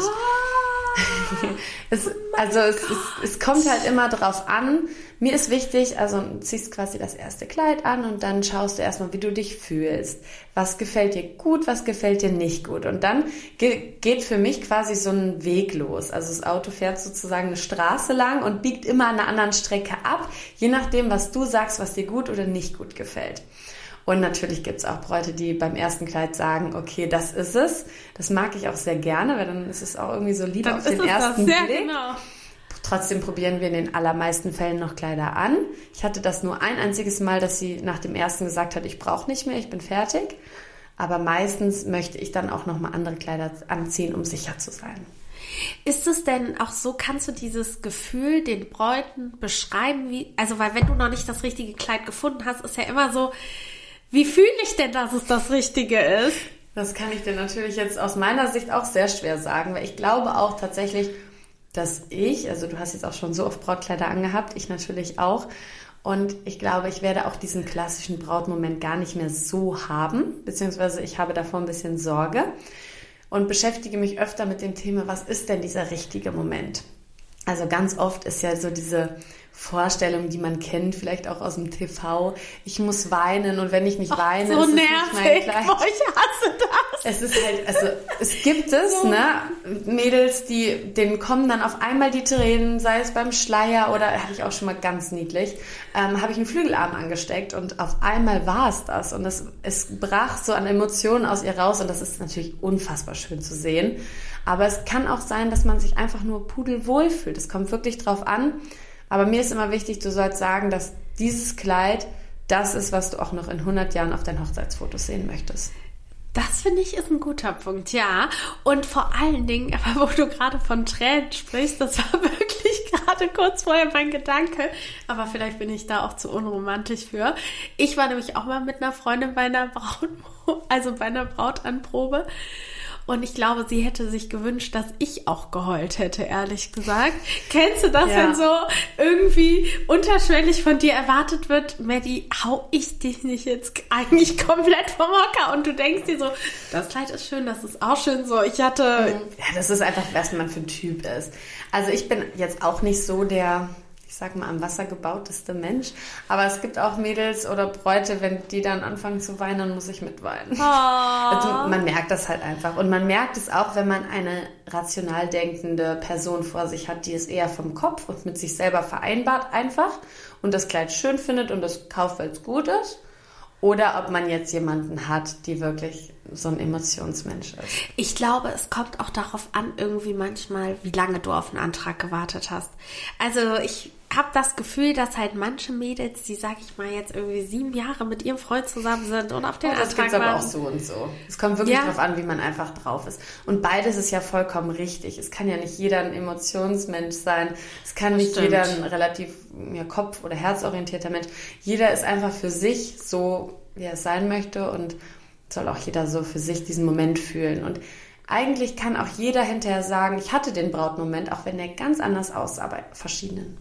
es, also es, es, es kommt halt immer drauf an. Mir ist wichtig, also du ziehst quasi das erste Kleid an und dann schaust du erstmal, wie du dich fühlst. Was gefällt dir gut, was gefällt dir nicht gut. Und dann ge- geht für mich quasi so ein Weg los. Also das Auto fährt sozusagen eine Straße lang und biegt immer an einer anderen Strecke ab, je nachdem, was du sagst, was dir gut oder nicht gut gefällt. Und natürlich gibt es auch Bräute, die beim ersten Kleid sagen, okay, das ist es. Das mag ich auch sehr gerne, weil dann ist es auch irgendwie so lieb auf den ersten Blick. Ja, genau. Trotzdem probieren wir in den allermeisten Fällen noch Kleider an. Ich hatte das nur ein einziges Mal, dass sie nach dem ersten gesagt hat, ich brauche nicht mehr, ich bin fertig. Aber meistens möchte ich dann auch nochmal andere Kleider anziehen, um sicher zu sein. Ist es denn auch so, kannst du dieses Gefühl den Bräuten beschreiben? Wie, also, weil wenn du noch nicht das richtige Kleid gefunden hast, ist ja immer so, wie fühle ich denn, dass es das Richtige ist? Das kann ich dir natürlich jetzt aus meiner Sicht auch sehr schwer sagen, weil ich glaube auch tatsächlich, dass ich, also du hast jetzt auch schon so oft Brautkleider angehabt, ich natürlich auch, und ich glaube, ich werde auch diesen klassischen Brautmoment gar nicht mehr so haben, beziehungsweise ich habe davor ein bisschen Sorge und beschäftige mich öfter mit dem Thema, was ist denn dieser richtige Moment? Also ganz oft ist ja so diese Vorstellung, die man kennt, vielleicht auch aus dem T V, ich muss weinen und wenn ich nicht weine, so ist es nervig, nicht mein Kleid. Boah, ich hasse das. Es ist halt, also es gibt es, so. ne, Mädels, die, denen kommen dann auf einmal die Tränen, sei es beim Schleier oder, hatte ich auch schon mal ganz niedlich, ähm, habe ich einen Flügelarm angesteckt und auf einmal war es das und es, es brach so an Emotionen aus ihr raus und das ist natürlich unfassbar schön zu sehen. Aber es kann auch sein, dass man sich einfach nur pudelwohl fühlt. Es kommt wirklich drauf an. Aber mir ist immer wichtig, du sollst sagen, dass dieses Kleid das ist, was du auch noch in hundert Jahren auf deinen Hochzeitsfotos sehen möchtest. Das finde ich ist ein guter Punkt, ja. Und vor allen Dingen, aber wo du gerade von Tränen sprichst, das war wirklich gerade kurz vorher mein Gedanke, aber vielleicht bin ich da auch zu unromantisch für. Ich war nämlich auch mal mit einer Freundin bei einer Braut, also bei einer Brautanprobe. Und ich glaube, sie hätte sich gewünscht, dass ich auch geheult hätte, ehrlich gesagt. Kennst du das, ja. wenn so irgendwie unterschwellig von dir erwartet wird, Maddie, hau ich dich nicht jetzt eigentlich komplett vom Hocker? Und du denkst dir so, das Kleid ist schön, das ist auch schön so. Ich hatte... Ja, das ist einfach, was man für ein Typ ist. Also ich bin jetzt auch nicht so der... ich sag mal, am Wasser gebauteste Mensch. Aber es gibt auch Mädels oder Bräute, wenn die dann anfangen zu weinen, dann muss ich mitweinen. Oh. Also man merkt das halt einfach. Und man merkt es auch, wenn man eine rational denkende Person vor sich hat, die es eher vom Kopf und mit sich selber vereinbart einfach und das Kleid schön findet und das kauft, weil es gut ist. Oder ob man jetzt jemanden hat, die wirklich so ein Emotionsmensch ist. Ich glaube, es kommt auch darauf an, irgendwie manchmal, wie lange du auf einen Antrag gewartet hast. Also ich habe das Gefühl, dass halt manche Mädels, die, sag ich mal, jetzt irgendwie sieben Jahre mit ihrem Freund zusammen sind und auf den oh, das Antrag gibt's aber waren. auch so und so. Es kommt wirklich Ja. drauf an, wie man einfach drauf ist. Und beides ist ja vollkommen richtig. Es kann ja nicht jeder ein Emotionsmensch sein. Es kann Das nicht stimmt. jeder ein relativ ja, kopf- oder herzorientierter Mensch. Jeder ist einfach für sich so, wie er es sein möchte und soll auch jeder so für sich diesen Moment fühlen. Und eigentlich kann auch jeder hinterher sagen, ich hatte den Brautmoment, auch wenn der ganz anders aussah bei verschiedenen.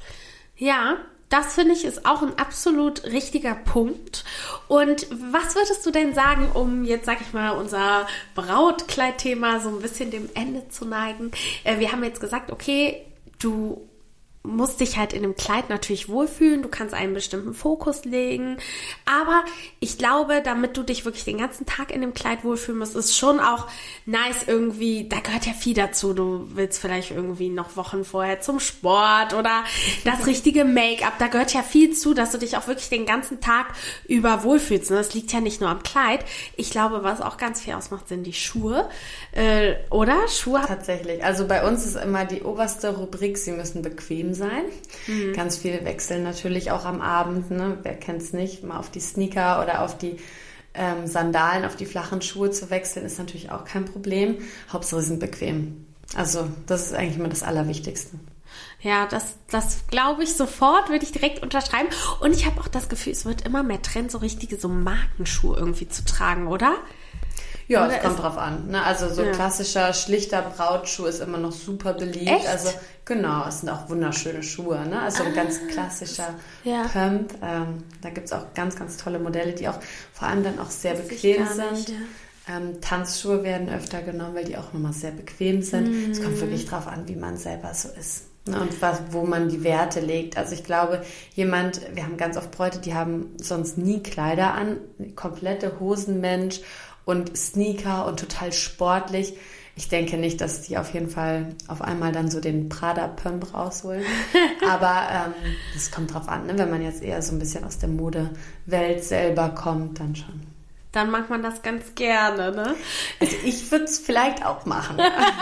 Ja, das finde ich ist auch ein absolut richtiger Punkt. Und was würdest du denn sagen, um jetzt, sag ich mal, unser Brautkleidthema so ein bisschen dem Ende zu neigen? Äh, wir haben jetzt gesagt, okay, du musst dich halt in dem Kleid natürlich wohlfühlen, du kannst einen bestimmten Fokus legen, aber ich glaube, damit du dich wirklich den ganzen Tag in dem Kleid wohlfühlen musst, ist schon auch nice irgendwie, da gehört ja viel dazu, du willst vielleicht irgendwie noch Wochen vorher zum Sport oder das richtige Make-up, da gehört ja viel zu, dass du dich auch wirklich den ganzen Tag über wohlfühlst, und das liegt ja nicht nur am Kleid, ich glaube, was auch ganz viel ausmacht, sind die Schuhe, äh, oder? Schuhe? Tatsächlich, also bei uns ist immer die oberste Rubrik, sie müssen bequem sein. Mhm. Ganz viel wechseln natürlich auch am Abend, ne? Wer kennt's nicht, mal auf die Sneaker oder auf die ähm, Sandalen, auf die flachen Schuhe zu wechseln, ist natürlich auch kein Problem. Hauptsache sie sind bequem. Also das ist eigentlich immer das Allerwichtigste. Ja, das, das glaube ich sofort, würde ich direkt unterschreiben. Und ich habe auch das Gefühl, es wird immer mehr Trend, so richtige so Markenschuhe irgendwie zu tragen, oder? Ja, Oder es kommt ist, drauf an. Ne? Also so ja. klassischer, schlichter Brautschuh ist immer noch super beliebt. Echt? Also genau, es sind auch wunderschöne Schuhe. Ne? Also ein Ah, ganz klassischer ja. Pump. Ähm, da gibt es auch ganz, ganz tolle Modelle, die auch vor allem dann auch sehr Das weiß ich bequem gar nicht, sind. ja. Ähm, Tanzschuhe werden öfter genommen, weil die auch nochmal sehr bequem sind. Mhm. Es kommt wirklich drauf an, wie man selber so ist. Ne? Und was, wo man die Werte legt. Also ich glaube, jemand, wir haben ganz oft Bräute, die haben sonst nie Kleider an, komplette Hosenmensch und Sneaker und total sportlich. Ich denke nicht, dass die auf jeden Fall auf einmal dann so den Prada-Pump rausholen. Aber ähm, das kommt drauf an, ne? Wenn man jetzt eher so ein bisschen aus der Modewelt selber kommt, dann schon. Dann macht man das ganz gerne, ne? Also ich würde es vielleicht auch machen.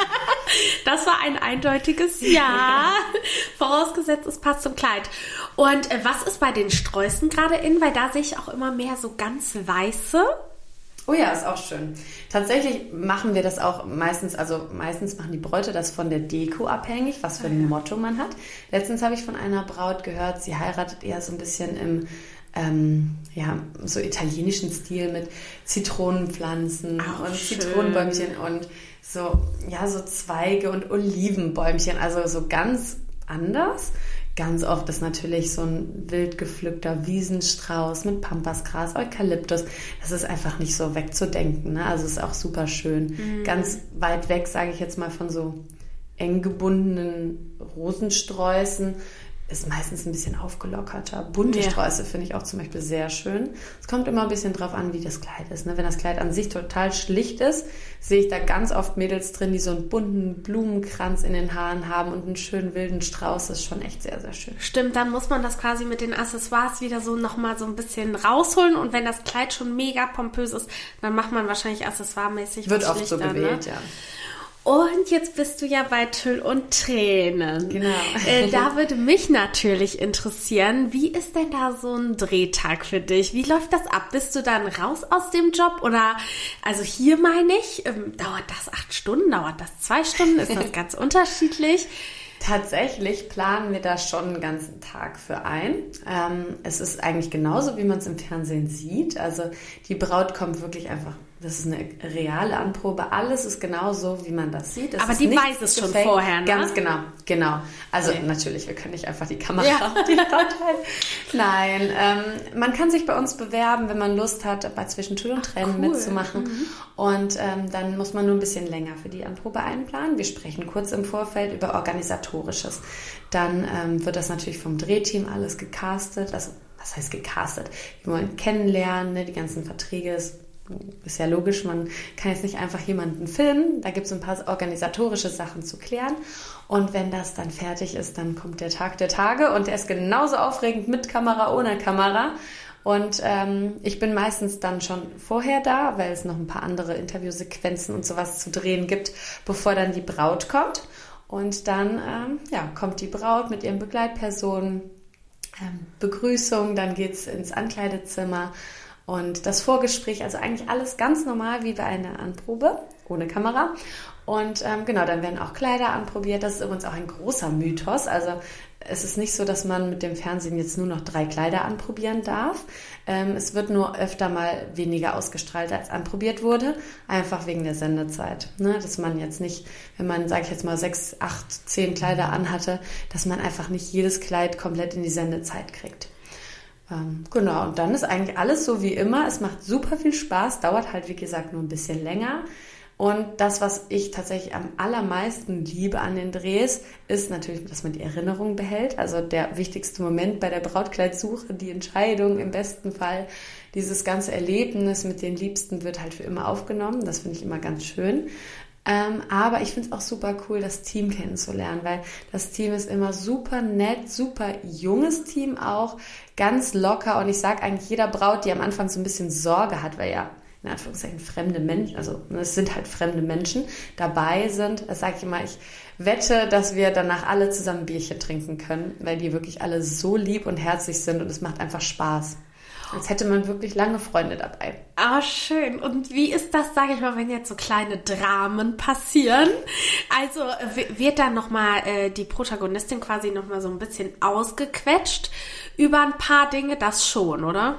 Das war ein eindeutiges Ja. Vorausgesetzt, es passt zum Kleid. Und äh, was ist bei den Sträußen gerade in? Weil da sehe ich auch immer mehr so ganz weiße. Oh ja, ist auch schön. Tatsächlich machen wir das auch meistens, also meistens machen die Bräute das von der Deko abhängig, was für ein Motto man hat. Letztens habe ich von einer Braut gehört, sie heiratet eher so ein bisschen im ähm, ja, so italienischen Stil mit Zitronenpflanzen Auch und schön. Zitronenbäumchen und so, ja, so Zweige und Olivenbäumchen, also so ganz anders. Ganz oft ist natürlich so ein wild gepflückter Wiesenstrauß mit Pampasgras, Eukalyptus. Das ist einfach nicht so wegzudenken, ne? Also ist auch super schön. Mhm. Ganz weit weg, sage ich jetzt mal, von so eng gebundenen Rosensträußen. Ist meistens ein bisschen aufgelockerter. Bunte Ja. Sträuße finde ich auch zum Beispiel sehr schön. Es kommt immer ein bisschen drauf an, wie das Kleid ist. Ne? Wenn das Kleid an sich total schlicht ist, sehe ich da ganz oft Mädels drin, die so einen bunten Blumenkranz in den Haaren haben und einen schönen wilden Strauß. Das ist schon echt sehr, sehr schön. Stimmt, dann muss man das quasi mit den Accessoires wieder so nochmal so ein bisschen rausholen. Und wenn das Kleid schon mega pompös ist, dann macht man wahrscheinlich accessoiremäßig Wird was oft so schlichter, gewählt, ne? ja. Und jetzt bist du ja bei Tüll und Tränen. Genau. Äh, da würde mich natürlich interessieren, wie ist denn da so ein Drehtag für dich? Wie läuft das ab? Bist du dann raus aus dem Job? Oder, also hier meine ich, ähm, dauert das acht Stunden? Dauert das zwei Stunden? Ist das ganz unterschiedlich? Tatsächlich planen wir da schon einen ganzen Tag für ein. Ähm, es ist eigentlich genauso, wie man es im Fernsehen sieht. Also die Braut kommt wirklich einfach, das ist eine reale Anprobe. Alles ist genauso, wie man das sieht. Es Aber ist die nichts weiß es schon gefaked. vorher, ne? Ganz genau, genau. Also Okay. natürlich, wir können nicht einfach die Kamera Ja. auf die Braut halten. Nein, ähm, man kann sich bei uns bewerben, wenn man Lust hat, bei Zwischen Tüll und Tränen cool. mitzumachen. Mhm. Und ähm, dann muss man nur ein bisschen länger für die Anprobe einplanen. Wir sprechen kurz im Vorfeld über Organisatorisches. Dann ähm, wird das natürlich vom Drehteam alles gecastet. Also, was heißt gecastet? Wir wollen kennenlernen, ne? Die ganzen Verträge. Ist, ist ja logisch, man kann jetzt nicht einfach jemanden filmen. Da gibt es ein paar organisatorische Sachen zu klären. Und wenn das dann fertig ist, dann kommt der Tag der Tage. Und der ist genauso aufregend mit Kamera, ohne Kamera. Und ähm, ich bin meistens dann schon vorher da, weil es noch ein paar andere Interviewsequenzen und sowas zu drehen gibt, bevor dann die Braut kommt. Und dann ähm, ja, kommt die Braut mit ihren Begleitpersonen, ähm, Begrüßung, dann geht's ins Ankleidezimmer und das Vorgespräch, also eigentlich alles ganz normal wie bei einer Anprobe, ohne Kamera. Und ähm, genau, dann werden auch Kleider anprobiert. Das ist übrigens auch ein großer Mythos. Also es ist nicht so, dass man mit dem Fernsehen jetzt nur noch drei Kleider anprobieren darf. Ähm, es wird nur öfter mal weniger ausgestrahlt, als anprobiert wurde. Einfach wegen der Sendezeit. Ne? Dass man jetzt nicht, wenn man, sage ich jetzt mal, sechs, acht, zehn Kleider anhatte, dass man einfach nicht jedes Kleid komplett in die Sendezeit kriegt. Ähm, genau, und dann ist eigentlich alles so wie immer. Es macht super viel Spaß, dauert halt, wie gesagt, nur ein bisschen länger. Und das, was ich tatsächlich am allermeisten liebe an den Drehs, ist natürlich, dass man die Erinnerung behält. Also der wichtigste Moment bei der Brautkleidsuche, die Entscheidung im besten Fall. Dieses ganze Erlebnis mit den Liebsten wird halt für immer aufgenommen. Das finde ich immer ganz schön. Ähm, aber ich finde es auch super cool, das Team kennenzulernen, weil das Team ist immer super nett, super junges Team auch, ganz locker. Und ich sage eigentlich jeder Braut, die am Anfang so ein bisschen Sorge hat, weil ja in Anführungszeichen fremde Menschen, also es sind halt fremde Menschen, dabei sind, das sage ich immer, ich wette, dass wir danach alle zusammen ein Bierchen trinken können, weil die wirklich alle so lieb und herzlich sind und es macht einfach Spaß. Als hätte man wirklich lange Freunde dabei. Ah, schön. Und wie ist das, sage ich mal, wenn jetzt so kleine Dramen passieren? Also wird dann nochmal äh, die Protagonistin quasi nochmal so ein bisschen ausgequetscht über ein paar Dinge? Das schon, oder?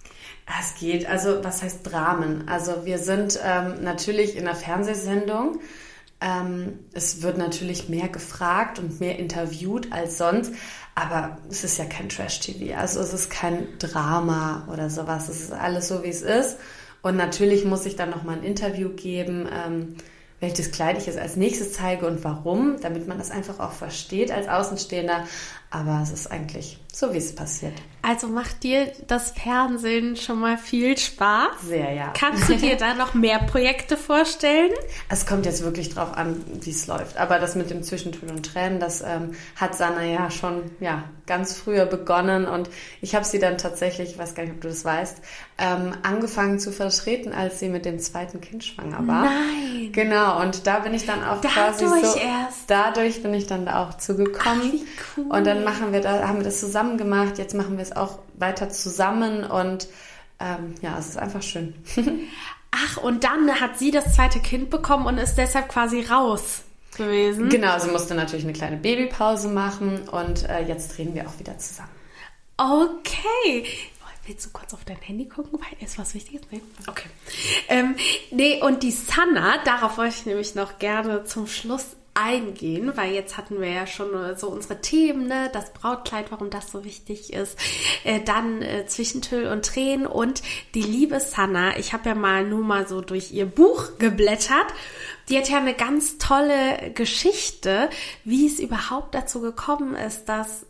Es geht. Also was heißt Dramen? Also wir sind ähm, natürlich in einer Fernsehsendung. Ähm, es wird natürlich mehr gefragt und mehr interviewt als sonst. Aber es ist ja kein Trash-T V. Also es ist kein Drama oder sowas. Es ist alles so, wie es ist. Und natürlich muss ich dann nochmal ein Interview geben, ähm, welches Kleid ich jetzt als nächstes zeige und warum, damit man das einfach auch versteht als Außenstehender. Aber es ist eigentlich so, wie es passiert. Also macht dir das Fernsehen schon mal viel Spaß? Sehr, ja. Kannst du dir da noch mehr Projekte vorstellen? Es kommt jetzt wirklich drauf an, wie es läuft. Aber das mit dem Zwischentönen und Tränen, das ähm, hat Sanna ja schon ja, ganz früher begonnen. Und ich habe sie dann tatsächlich, ich weiß gar nicht, ob du das weißt, ähm, angefangen zu vertreten, als sie mit dem zweiten Kind schwanger war. Nein! Genau, und da bin ich dann auch dadurch quasi so... erst. Dadurch bin ich dann da auch zugekommen. Ach, wie cool. Und dann machen wir da, haben wir das zusammen gemacht. Jetzt machen wir es auch weiter zusammen und ähm, ja, es ist einfach schön. Ach, und dann hat sie das zweite Kind bekommen und ist deshalb quasi raus gewesen. Genau, sie musste natürlich eine kleine Babypause machen und äh, jetzt drehen wir auch wieder zusammen. Okay. Willst du kurz auf dein Handy gucken? Weil ist was Wichtiges? Nee? Okay. Ähm, nee, und die Sanna, darauf wollte ich nämlich noch gerne zum Schluss eingehen, weil jetzt hatten wir ja schon so unsere Themen, ne? Das Brautkleid, warum das so wichtig ist, äh, dann äh, Zwischentüll und Tränen und die liebe Sanna. Ich habe ja mal nur mal so durch ihr Buch geblättert. Die hat ja eine ganz tolle Geschichte, wie es überhaupt dazu gekommen ist, dass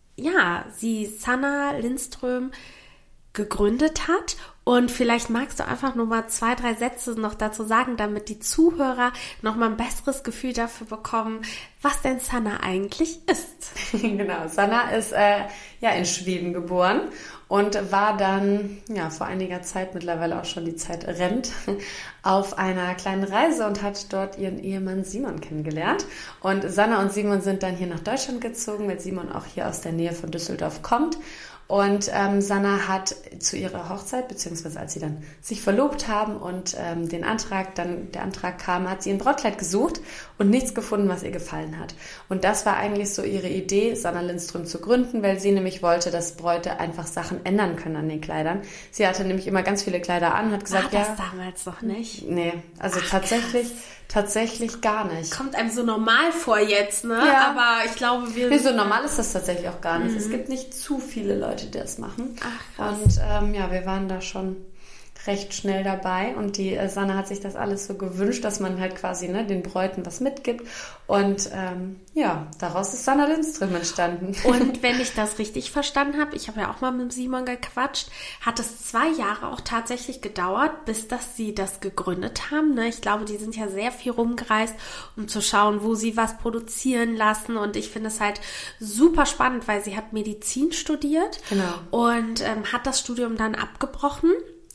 ja sie Sanna Lindström gegründet hat. Und vielleicht magst du einfach nur mal zwei, drei Sätze noch dazu sagen, damit die Zuhörer noch mal ein besseres Gefühl dafür bekommen, was denn Sanna eigentlich ist. Genau, Sanna ist äh, ja in Schweden geboren und war dann ja vor einiger Zeit, mittlerweile auch schon die Zeit rennt, auf einer kleinen Reise und hat dort ihren Ehemann Simon kennengelernt. Und Sanna und Simon sind dann hier nach Deutschland gezogen, weil Simon auch hier aus der Nähe von Düsseldorf kommt. Und ähm, Sanna hat zu ihrer Hochzeit, beziehungsweise als sie dann sich verlobt haben und ähm, den Antrag, dann der Antrag kam, hat sie ein Brautkleid gesucht und nichts gefunden, was ihr gefallen hat. Und das war eigentlich so ihre Idee, Sanna Lindström zu gründen, weil sie nämlich wollte, dass Bräute einfach Sachen ändern können an den Kleidern. Sie hatte nämlich immer ganz viele Kleider an, hat gesagt, war das ja, damals noch nicht? Nee, also Ach, tatsächlich... Krass. Tatsächlich gar nicht. Kommt einem so normal vor jetzt, ne? Ja. Aber ich glaube, wir... Nee, so normal ist das tatsächlich auch gar nicht. Mhm. Es gibt nicht zu viele Leute, die das machen. Ach, krass. Und ähm, ja, wir waren da schon recht schnell dabei und die äh, Sanna hat sich das alles so gewünscht, dass man halt quasi ne, den Bräuten was mitgibt und ähm, ja, daraus ist Sanna Lindström entstanden. Und wenn ich das richtig verstanden habe, ich habe ja auch mal mit Simon gequatscht, hat es zwei Jahre auch tatsächlich gedauert, bis dass sie das gegründet haben. Ne? Ich glaube, die sind ja sehr viel rumgereist, um zu schauen, wo sie was produzieren lassen und ich finde es halt super spannend, weil sie hat Medizin studiert genau. und ähm, hat das Studium dann abgebrochen.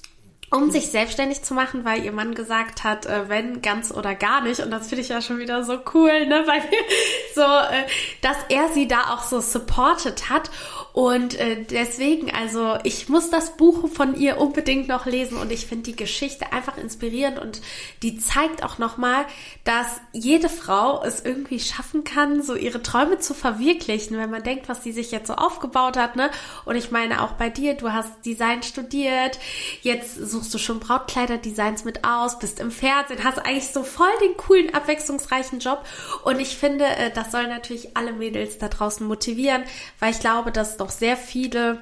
um sich selbstständig zu machen, weil ihr Mann gesagt hat, äh, wenn, ganz oder gar nicht. Und das finde ich ja schon wieder so cool, ne, weil so, äh, dass er sie da auch so supported hat. Und äh, deswegen, also ich muss das Buch von ihr unbedingt noch lesen und ich finde die Geschichte einfach inspirierend und die zeigt auch nochmal, dass jede Frau es irgendwie schaffen kann, so ihre Träume zu verwirklichen, wenn man denkt, was sie sich jetzt so aufgebaut hat, ne? Und ich meine auch bei dir, du hast Design studiert, jetzt suchst du schon Brautkleiderdesigns mit aus, bist im Fernsehen, hast eigentlich so voll den coolen, abwechslungsreichen Job und ich finde, äh, das soll natürlich alle Mädels da draußen motivieren, weil ich glaube, dass doch sehr viele,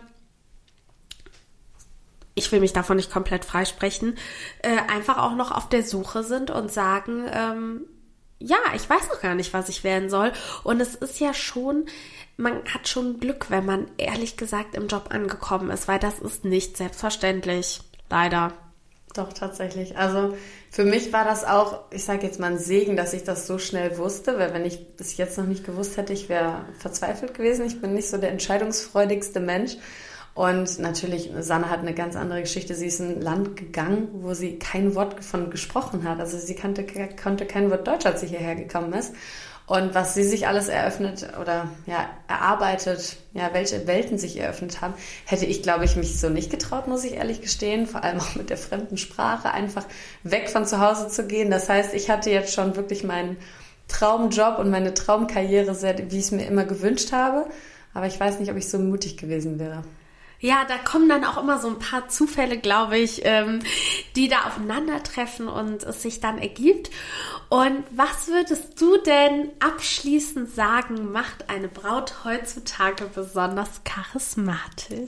ich will mich davon nicht komplett freisprechen, äh, einfach auch noch auf der Suche sind und sagen, ähm, ja, ich weiß noch gar nicht, was ich werden soll. Und es ist ja schon, man hat schon Glück, wenn man ehrlich gesagt im Job angekommen ist, weil das ist nicht selbstverständlich, leider. Doch, tatsächlich. Also für mich war das auch, ich sage jetzt mal ein Segen, dass ich das so schnell wusste, weil wenn ich bis jetzt noch nicht gewusst hätte, ich wäre verzweifelt gewesen. Ich bin nicht so der entscheidungsfreudigste Mensch. Und natürlich, Sanne hat eine ganz andere Geschichte. Sie ist in ein Land gegangen, wo sie kein Wort davon gesprochen hat. Also sie kannte, konnte kein Wort Deutsch, als sie hierher gekommen ist. Und was sie sich alles eröffnet oder ja erarbeitet, ja, welche Welten sich eröffnet haben, hätte ich, glaube ich, mich so nicht getraut, muss ich ehrlich gestehen. Vor allem auch mit der fremden Sprache, einfach weg von zu Hause zu gehen. Das heißt, ich hatte jetzt schon wirklich meinen Traumjob und meine Traumkarriere, sehr, wie ich es mir immer gewünscht habe. Aber ich weiß nicht, ob ich so mutig gewesen wäre. Ja, da kommen dann auch immer so ein paar Zufälle, glaube ich, ähm, die da aufeinandertreffen und es sich dann ergibt. Und was würdest du denn abschließend sagen, macht eine Braut heutzutage besonders charismatisch?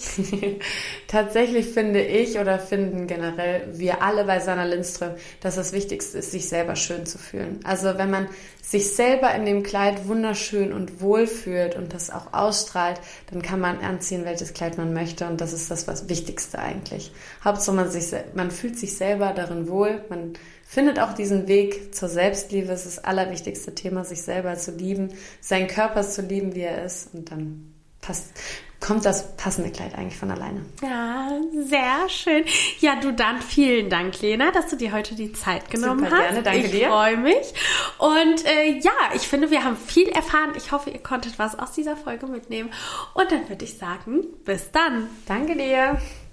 Tatsächlich finde ich oder finden generell wir alle bei Sanna Lindström, dass das Wichtigste ist, sich selber schön zu fühlen. Also wenn man sich selber in dem Kleid wunderschön und wohl fühlt und das auch ausstrahlt, dann kann man anziehen, welches Kleid man möchte und das ist das was Wichtigste eigentlich. Hauptsache man, sich, man fühlt sich selber darin wohl, man findet auch diesen Weg zur Selbstliebe. Es ist das allerwichtigste Thema, sich selber zu lieben, seinen Körper zu lieben, wie er ist und dann passt, kommt das passende Kleid eigentlich von alleine. Ja, sehr schön. Ja, du dann vielen Dank, Lena, dass du dir heute die Zeit genommen Super, hast. Gerne, danke ich dir. Ich freue mich. Und äh, ja, ich finde, wir haben viel erfahren. Ich hoffe, ihr konntet was aus dieser Folge mitnehmen. Und dann würde ich sagen, bis dann. Danke dir.